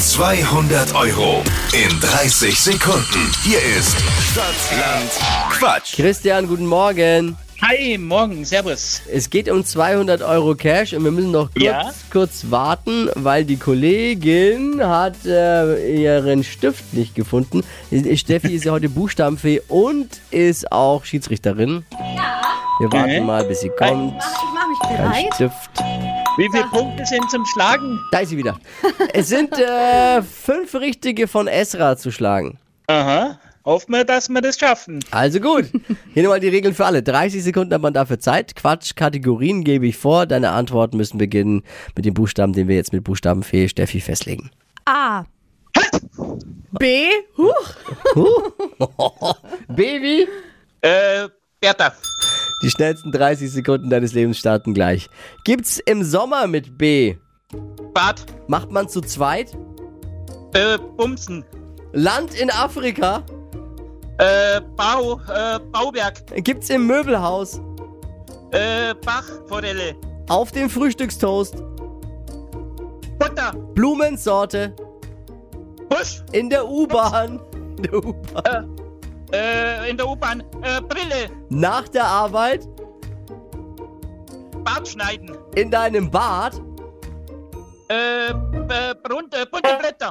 200 Euro in 30 Sekunden. Hier ist Stadtland Quatsch. Christian, guten Morgen. Hi, morgen, servus. Es geht um 200 Euro Cash und wir müssen noch kurz warten, weil die Kollegin hat ihren Stift nicht gefunden. Steffi ist ja heute Buchstabenfee und ist auch Schiedsrichterin. Ja. Wir warten mal, bis sie kommt. Ich mach mich Kein bereit. Stift. Wie viele Punkte sind zum Schlagen? Da ist sie wieder. Es sind 5 richtige von Esra zu schlagen. Aha, hoffen wir, dass wir das schaffen. Also gut, hier nochmal die Regeln für alle. 30 Sekunden hat man dafür Zeit. Quatsch, Kategorien gebe ich vor. Deine Antworten müssen beginnen mit dem Buchstaben, den wir jetzt mit Buchstabenfee Steffi festlegen. A. B. Baby, Bertha. die schnellsten 30 Sekunden deines Lebens starten gleich. Gibt's im Sommer mit B? Bad. Macht man zu zweit? Bumsen. Land in Afrika? Bauwerk. Gibt's im Möbelhaus? Bachforelle. Auf dem Frühstückstoast? Butter. Blumensorte? Busch. In der U-Bahn? In der U-Bahn. In der U-Bahn. Brille. Nach der Arbeit? Bart schneiden. In deinem Bad? Bunte Blätter.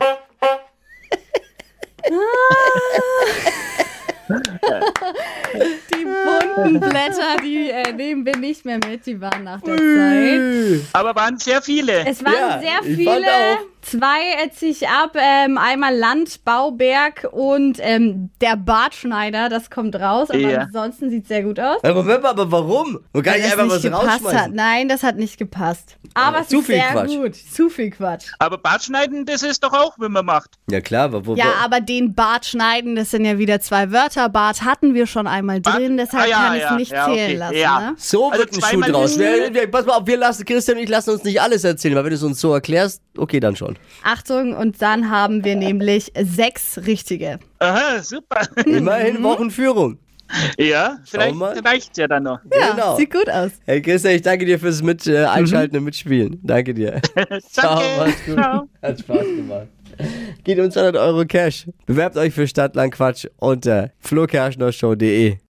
Die bunten Blätter, die nehmen wir nicht mehr mit. Die waren nach der Zeit. Aber waren sehr viele. Es waren Ja, sehr ich fand viele. auch. 2 ziehe ich ab. Einmal Land, Bauberg und der Bartschneider. Das kommt raus. Aber Ja. ansonsten sieht es sehr gut aus. Aber warum? Man kann Weil nicht das einfach nicht was gepasst hat. rausschmeißen. Nein, das hat nicht gepasst. Aber es zu ist viel sehr Quatsch. gut. Zu viel Quatsch. Aber Bart schneiden, das ist doch auch, wenn man macht. Ja klar, aber Ja, aber den Bart schneiden, das sind ja wieder 2 Wörter. Bart hatten wir schon einmal drin, deshalb kann ich es nicht zählen lassen. Ja. Ne? so Also wird ein Schuh zweimal draus. nicht. Pass mal auf, Christian und ich lassen uns nicht alles erzählen, weil wenn du es uns so erklärst, okay, dann schon. Achtung, und dann haben wir nämlich 6 richtige. Aha, super. Immerhin Wochenführung. Ja, vielleicht mal. reicht's ja dann noch. Ja, Genau. sieht gut aus. Hey Christian, ich danke dir fürs Einschalten und Mitspielen. Danke dir. Ciao, Danke. mach's gut. Ciao. Hat Spaß gemacht. Geht uns 200 Euro Cash. Bewerbt euch für Stadtland Quatsch unter flokerschnershow.de.